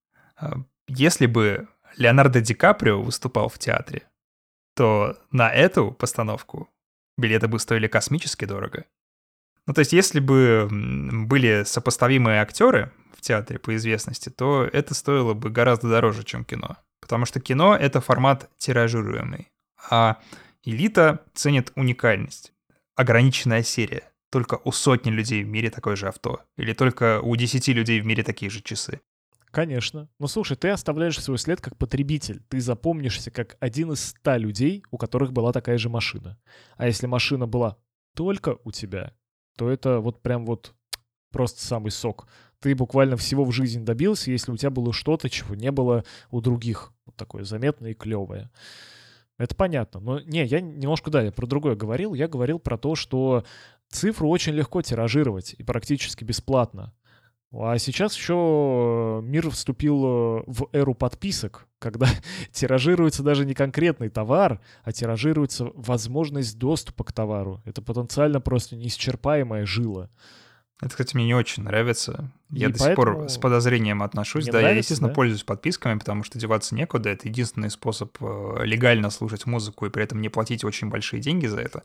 Если бы Леонардо Ди Каприо выступал в театре, то на эту постановку билеты бы стоили космически дорого. Ну, то есть, если бы были сопоставимые актеры в театре по известности, то это стоило бы гораздо дороже, чем кино. Потому что кино — это формат тиражируемый, а элита ценит уникальность. Ограниченная серия. Только у сотни людей в мире такое же авто. Или только у 10 людей в мире такие же часы. Конечно. Но слушай, ты оставляешь свой след как потребитель. Ты запомнишься как один из 100 людей, у которых была такая же машина. А если машина была только у тебя, то это вот прям вот просто самый сок. Ты буквально всего в жизни добился, если у тебя было что-то, чего не было у других. Вот такое заметное и клевое. Это понятно. Но не, я немножко, да, я про другое говорил. Я говорил про то, что цифру очень легко тиражировать и практически бесплатно. А сейчас еще мир вступил в эру подписок, когда тиражируется даже не конкретный товар, а тиражируется возможность доступа к товару. Это потенциально просто неисчерпаемая жила. Это, кстати, мне не очень нравится. Я до сих пор с подозрением отношусь. Да, я, естественно, пользуюсь подписками, потому что деваться некуда. Это единственный способ легально слушать музыку и при этом не платить очень большие деньги за это.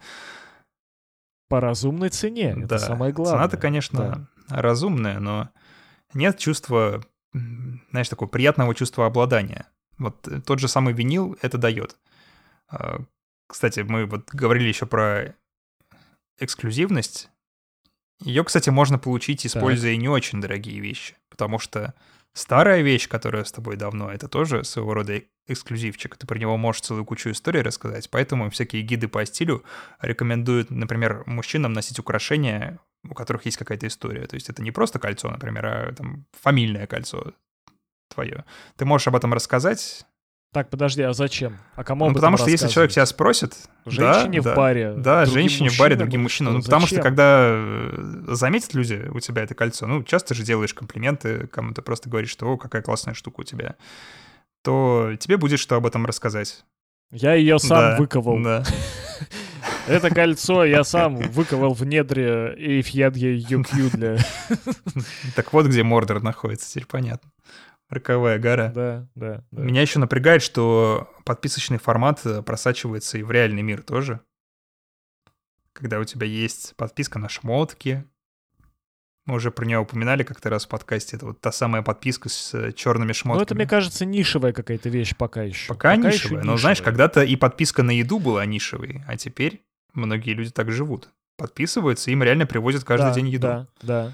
По разумной цене, да. Это самое главное. Цена-то, конечно, разумная, но нет чувства, знаешь, такого приятного чувства обладания. Вот тот же самый винил это дает. Кстати, мы вот говорили еще про эксклюзивность. Ее, кстати, можно получить, используя не очень дорогие вещи, потому что старая вещь, которая с тобой давно, это тоже своего рода эксклюзивчик. Ты про него можешь целую кучу историй рассказать, поэтому всякие гиды по стилю рекомендуют, например, мужчинам носить украшения, у которых есть какая-то история. То есть это не просто кольцо, например, а там фамильное кольцо твое. Ты можешь об этом рассказать. Так, подожди, а зачем? А кому об этом потому что если человек тебя спросит... Женщине в баре. Да, женщине в баре, другим мужчинам. Ну, потому что когда заметят люди у тебя это кольцо, ну, часто же делаешь комплименты, кому-то просто говоришь, что «О, какая классная штука у тебя», то тебе будет что об этом рассказать. Я ее сам выковал. Да. Это кольцо я сам выковал в недре Эйфьядья UQ для... Так вот, где Мордор находится, теперь понятно. Роковая гора. Да. Меня еще напрягает, что подписочный формат просачивается и в реальный мир тоже. когда у тебя есть подписка на шмотки. Мы уже про нее упоминали как-то раз в подкасте. Это вот та самая подписка с черными шмотками. Ну, это, мне кажется, нишевая какая-то вещь пока еще. Пока нишевая. Но, знаешь, когда-то и подписка на еду была нишевой, а теперь многие люди так живут. Подписываются, им реально привозят каждый день еду. Да.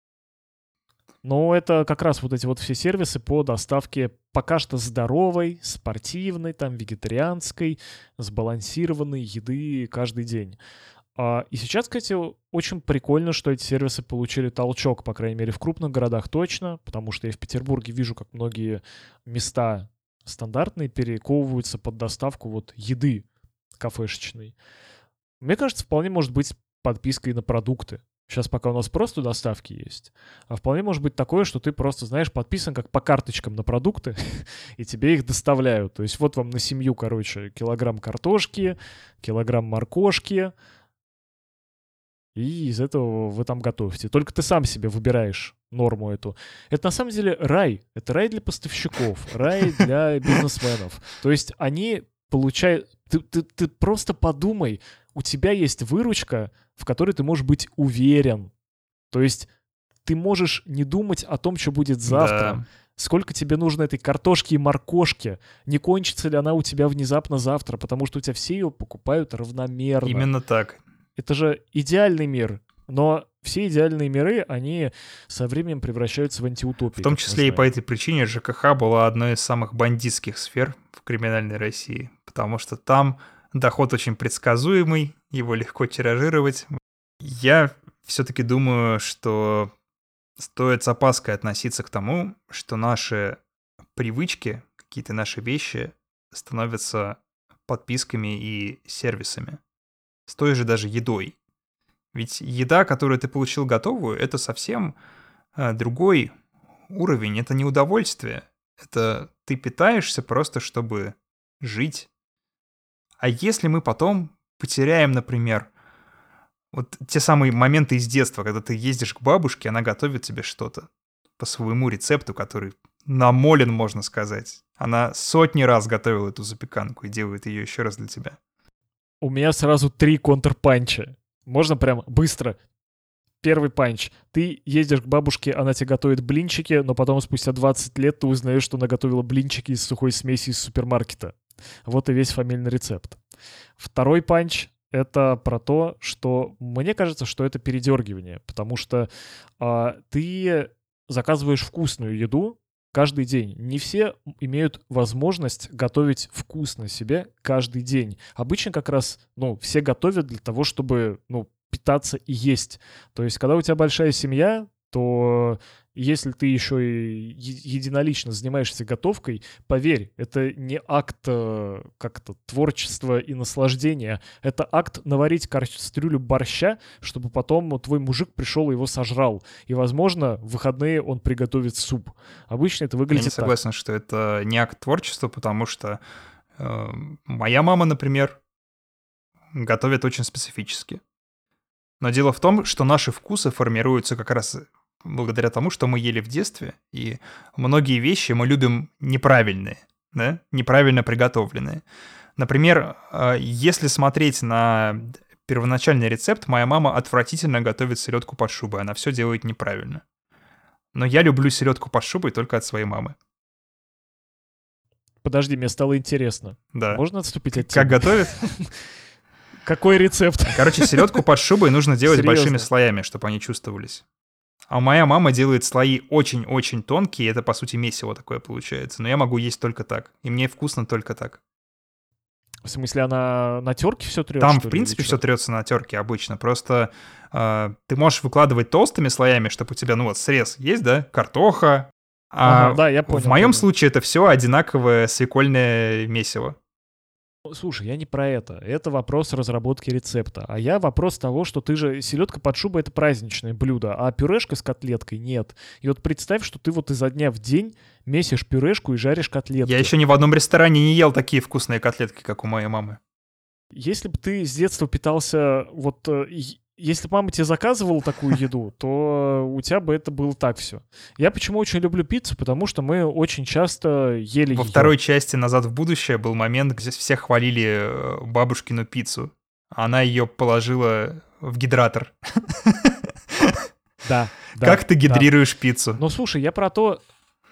Но это как раз вот эти вот все сервисы по доставке пока что здоровой, спортивной, там, вегетарианской, сбалансированной еды каждый день. И сейчас, кстати, очень прикольно, что эти сервисы получили толчок, по крайней мере, в крупных городах точно, потому что я в Петербурге вижу, как многие места стандартные перековываются под доставку вот еды кафешечной. Мне кажется, вполне может быть подписка и на продукты. Сейчас пока у нас просто доставки есть. А вполне может быть такое, что ты просто, знаешь, подписан как по карточкам на продукты, и тебе их доставляют. То есть вот вам на семью, короче, килограмм картошки, килограмм моркошки, и из этого вы там готовите. Только ты сам себе выбираешь норму эту. Это на самом деле рай. Это рай для поставщиков, рай для бизнесменов. То есть они получают... Ты просто подумай, у тебя есть выручка, в которой ты можешь быть уверен. То есть ты можешь не думать о том, что будет завтра. Да. Сколько тебе нужно этой картошки и моркошки. Не кончится ли она у тебя внезапно завтра, потому что у тебя все ее покупают равномерно. Именно так. Это же идеальный мир. Но все идеальные миры, они со временем превращаются в антиутопии. В том числе и по этой причине ЖКХ была одной из самых бандитских сфер в криминальной России. Потому что там доход очень предсказуемый, его легко тиражировать. Я все-таки думаю, что стоит с опаской относиться к тому, что наши привычки, какие-то наши вещи становятся подписками и сервисами. С той же даже едой. Ведь еда, которую ты получил готовую, это совсем другой уровень. Это не удовольствие. Это ты питаешься просто, чтобы жить. А если мы потом потеряем, например, вот те самые моменты из детства, когда ты ездишь к бабушке, она готовит тебе что-то по своему рецепту, который намолен, можно сказать. Она сотни раз готовила эту запеканку и делает ее еще раз для тебя. У меня сразу 3 контрпанча. Можно прям быстро. Первый панч. Ты ездишь к бабушке, она тебе готовит блинчики, но потом спустя 20 лет ты узнаешь, что она готовила блинчики из сухой смеси из супермаркета. Вот и весь фамильный рецепт. Второй панч — это про то, что мне кажется, что это передергивание, потому что ты заказываешь вкусную еду каждый день. Не все имеют возможность готовить вкусно себе каждый день. Обычно как раз, все готовят для того, чтобы, питаться и есть. То есть, когда у тебя большая семья, то если ты еще и единолично занимаешься готовкой, поверь, это не акт как-то творчества и наслаждения. Это акт наварить кастрюлю борща, чтобы потом твой мужик пришел и его сожрал. И, возможно, в выходные он приготовит суп. Обычно это выглядит так. Я не согласен, что это не акт творчества, потому что моя мама, например, готовит очень специфически. Но дело в том, что наши вкусы формируются как раз благодаря тому, что мы ели в детстве, и многие вещи мы любим неправильные, да? Неправильно приготовленные. Например, если смотреть на первоначальный рецепт, моя мама отвратительно готовит селедку под шубой, она все делает неправильно. Но я люблю селедку под шубой только от своей мамы. Подожди, мне стало интересно. Да. Можно отступить от темы? Как готовит? Какой рецепт? Короче, селедку под шубой нужно делать большими слоями, чтобы они чувствовались. А моя мама делает слои очень-очень тонкие, и это, по сути, месиво такое получается. Но я могу есть только так, и мне вкусно только так. В смысле, она на терке все трется? Там, в принципе, все трется на терке обычно. Просто ты можешь выкладывать толстыми слоями, чтобы у тебя, срез есть, да? Картоха. Да, я понял. В моем случае это все одинаковое свекольное месиво. Слушай, я не про это. Это вопрос разработки рецепта. А я вопрос того, что ты же... Селедка под шубой — это праздничное блюдо, а пюрешка с котлеткой — нет. И вот представь, что ты вот изо дня в день месишь пюрешку и жаришь котлетки. Я еще ни в одном ресторане не ел такие вкусные котлетки, как у моей мамы. Если бы ты с детства питался вот... Если бы мама тебе заказывала такую еду, то у тебя бы это было так все. Я почему очень люблю пиццу, потому что мы очень часто ели Во ее. второй части «Назад в будущее» был момент, где все хвалили бабушкину пиццу. Она ее положила в гидратор. Да. Как ты гидрируешь пиццу? Ну, слушай, я про то,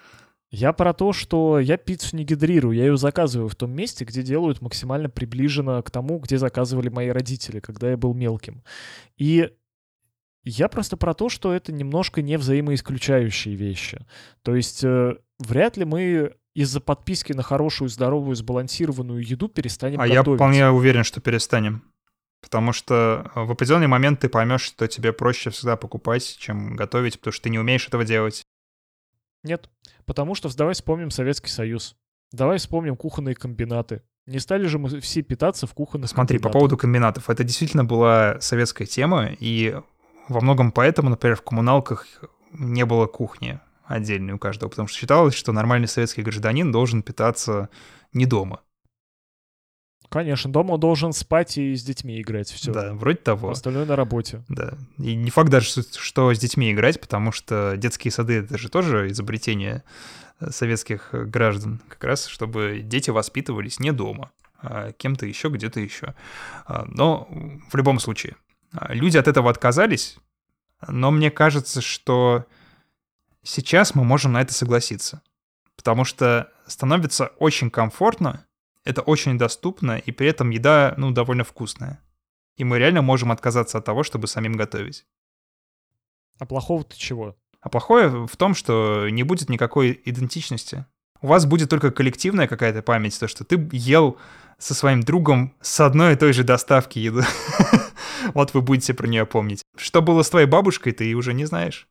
что я пиццу не гидрирую, я ее заказываю в том месте, где делают максимально приближенно к тому, где заказывали мои родители, когда я был мелким. И я просто про то, что это немножко не взаимоисключающие вещи. То есть вряд ли мы из-за подписки на хорошую, здоровую, сбалансированную еду перестанем готовить. Я вполне уверен, что перестанем. Потому что в определенный момент ты поймешь, что тебе проще всегда покупать, чем готовить, потому что ты не умеешь этого делать. Нет, потому что давай вспомним Советский Союз. Давай вспомним кухонные комбинаты. Не стали же мы все питаться в кухонных комбинатах? Смотри, по поводу комбинатов. Это действительно была советская тема, и во многом поэтому, например, в коммуналках не было кухни отдельной у каждого, потому что считалось, что нормальный советский гражданин должен питаться не дома. Конечно, дома он должен спать и с детьми играть, все. Да, вроде того. Остальное на работе. Да, и не факт даже, что с детьми играть, потому что детские сады — это же тоже изобретение советских граждан, как раз чтобы дети воспитывались не дома, а кем-то еще, где-то еще. Но в любом случае, люди от этого отказались, но мне кажется, что сейчас мы можем на это согласиться, потому что становится очень комфортно, это очень доступно, и при этом еда, довольно вкусная. И мы реально можем отказаться от того, чтобы самим готовить. А плохого-то чего? А плохое в том, что не будет никакой идентичности. У вас будет только коллективная какая-то память, то, что ты ел со своим другом с одной и той же доставки еду. Вот вы будете про нее помнить. Что было с твоей бабушкой, ты уже не знаешь.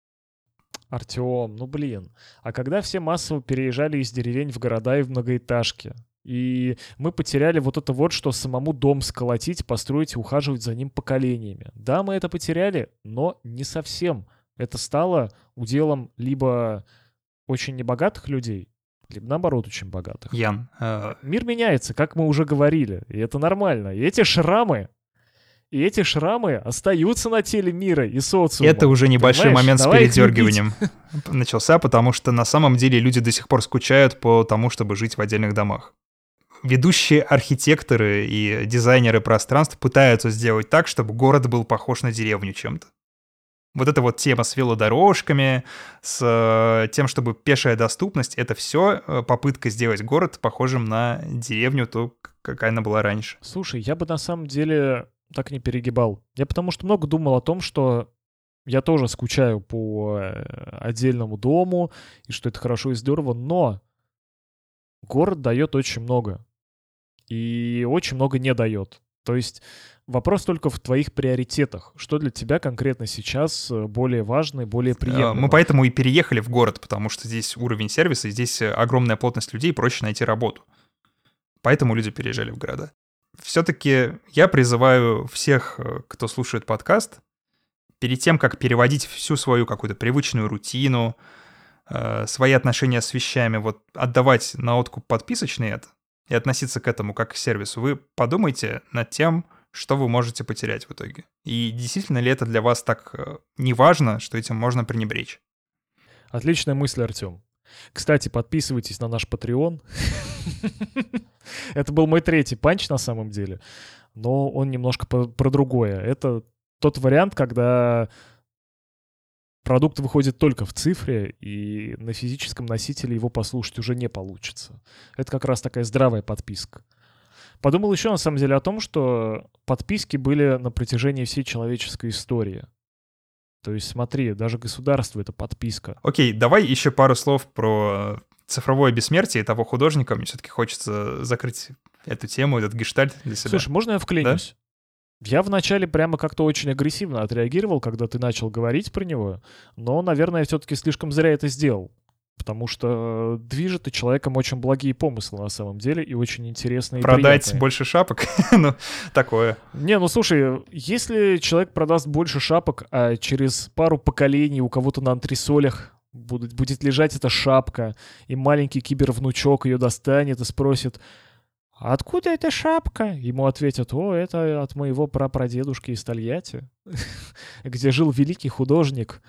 Артём, А когда все массово переезжали из деревень в города и в многоэтажки, и мы потеряли вот это вот, что самому дом сколотить, построить и ухаживать за ним поколениями. Да, мы это потеряли, но не совсем. Это стало уделом либо очень небогатых людей, либо наоборот очень богатых. Ян. Мир меняется, как мы уже говорили, и это нормально. И эти шрамы остаются на теле мира и социума. Это уже небольшой момент с передергиванием начался, потому что на самом деле люди до сих пор скучают по тому, чтобы жить в отдельных домах. Ведущие архитекторы и дизайнеры пространств пытаются сделать так, чтобы город был похож на деревню чем-то. Вот эта вот тема с велодорожками, с тем, чтобы пешая доступность, это все попытка сделать город похожим на деревню, то, какая она была раньше. Слушай, я бы на самом деле так не перегибал. Я потому что много думал о том, что я тоже скучаю по отдельному дому, и что это хорошо и здорово, но город дает очень много. И очень много не дает. То есть вопрос только в твоих приоритетах. Что для тебя конкретно сейчас более важно и более приемлемо? Мы поэтому и переехали в город, потому что здесь уровень сервиса, здесь огромная плотность людей, проще найти работу. Поэтому люди переезжали в города. Все-таки я призываю всех, кто слушает подкаст, перед тем, как переводить всю свою какую-то привычную рутину, свои отношения с вещами, вот отдавать на откуп подписочный это, и относиться к этому как к сервису, вы подумайте над тем, что вы можете потерять в итоге. И действительно ли это для вас так неважно, что этим можно пренебречь? Отличная мысль, Артём. Кстати, подписывайтесь на наш Patreon. Это был мой третий панч на самом деле, но он немножко про другое. Это тот вариант, когда продукт выходит только в цифре, и на физическом носителе его послушать уже не получится. Это как раз такая здравая подписка. Подумал еще на самом деле о том, что подписки были на протяжении всей человеческой истории. То есть смотри, даже государство — это подписка. Окей, давай еще пару слов про цифровое бессмертие того художника. Мне все-таки хочется закрыть эту тему, этот гештальт для себя. Слушай, можно я вклинюсь? Да? Я вначале прямо как-то очень агрессивно отреагировал, когда ты начал говорить про него, но, наверное, я все-таки слишком зря это сделал. Потому что движет и человеком очень благие помыслы на самом деле, и очень интересные и продать приятные. Больше шапок? Ну, такое. Не, слушай, если человек продаст больше шапок, а через пару поколений у кого-то на антресолях будет лежать эта шапка, и маленький кибервнучок ее достанет и спросит: «А откуда эта шапка?» Ему ответят: «О, это от моего прапрадедушки из Тольятти, где жил великий художник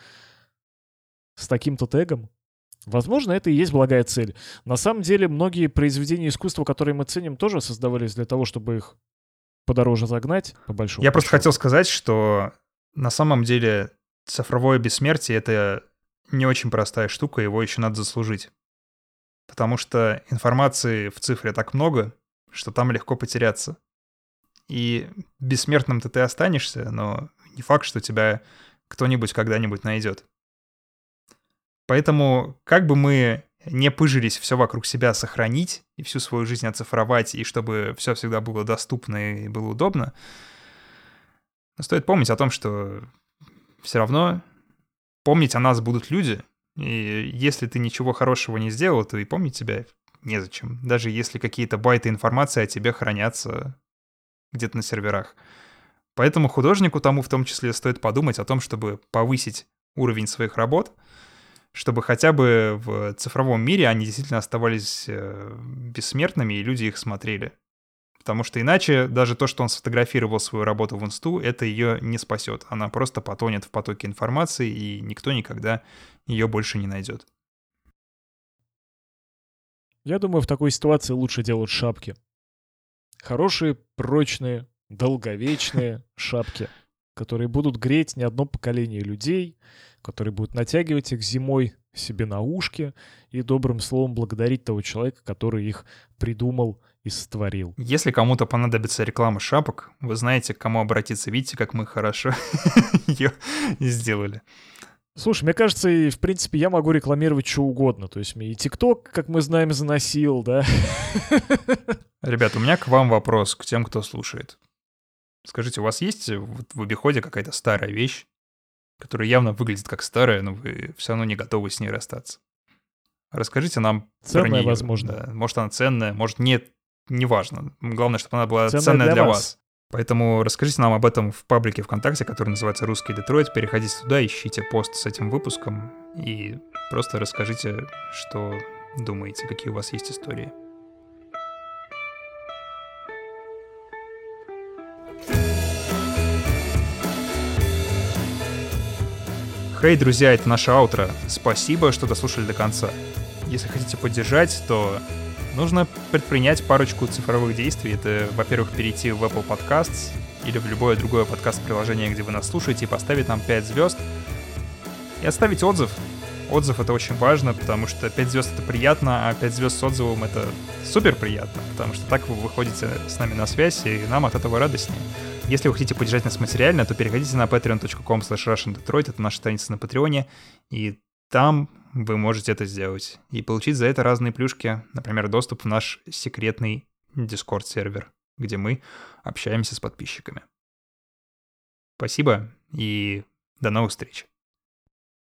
с таким-то тегом». Возможно, это и есть благая цель. На самом деле, многие произведения искусства, которые мы ценим, тоже создавались для того, чтобы их подороже загнать, по большому Я просто счету. хотел сказать, что на самом деле цифровое бессмертие — это не очень простая штука, его еще надо заслужить. Потому что информации в цифре так много, что там легко потеряться. И бессмертным-то ты останешься, но не факт, что тебя кто-нибудь когда-нибудь найдет. Поэтому, как бы мы не пыжились все вокруг себя сохранить и всю свою жизнь оцифровать, и чтобы все всегда было доступно и было удобно, но стоит помнить о том, что все равно помнить о нас будут люди, и если ты ничего хорошего не сделал, то и помнить тебя незачем, даже если какие-то байты информации о тебе хранятся где-то на серверах. Поэтому художнику тому в том числе стоит подумать о том, чтобы повысить уровень своих работ, чтобы хотя бы в цифровом мире они действительно оставались бессмертными, и люди их смотрели. Потому что иначе даже то, что он сфотографировал свою работу в инсту, это ее не спасет. Она просто потонет в потоке информации, и никто никогда ее больше не найдет. Я думаю, в такой ситуации лучше делать шапки. Хорошие, прочные, долговечные шапки, которые будут греть не одно поколение людей, которые будут натягивать их зимой себе на ушки и добрым словом благодарить того человека, который их придумал и сотворил. Если кому-то понадобится реклама шапок, вы знаете, к кому обратиться. Видите, как мы хорошо ее сделали. Слушай, мне кажется, и в принципе я могу рекламировать что угодно. То есть и ТикТок, как мы знаем, заносил, да? Ребят, у меня к вам вопрос, к тем, кто слушает. Скажите, у вас есть в обиходе какая-то старая вещь, которая явно выглядит как старая, но вы все равно не готовы с ней расстаться? Расскажите нам про Ценная, нее. возможно. Да. Может, она ценная, может, нет, неважно. Главное, чтобы она была Ценная ценная для для вас. вас. Поэтому расскажите нам об этом в паблике ВКонтакте, который называется «Русский Детройт». Переходите туда, ищите пост с этим выпуском и просто расскажите, что думаете, какие у вас есть истории. Хей, друзья, это наше аутро. Спасибо, что дослушали до конца. Если хотите поддержать, то нужно предпринять парочку цифровых действий. Это, во-первых, перейти в Apple Podcasts или в любое другое подкаст-приложение, где вы нас слушаете, и поставить нам 5 звезд. И оставить отзыв. Отзыв — это очень важно, потому что 5 звезд — это приятно, а 5 звезд с отзывом — это супер приятно, потому что так вы выходите с нами на связь, и нам от этого радостнее. Если вы хотите поддержать нас материально, то переходите на patreon.com/RussianDetroit, это наша страница на Патреоне, и там вы можете это сделать. И получить за это разные плюшки, например, доступ в наш секретный Discord-сервер, где мы общаемся с подписчиками. Спасибо и до новых встреч.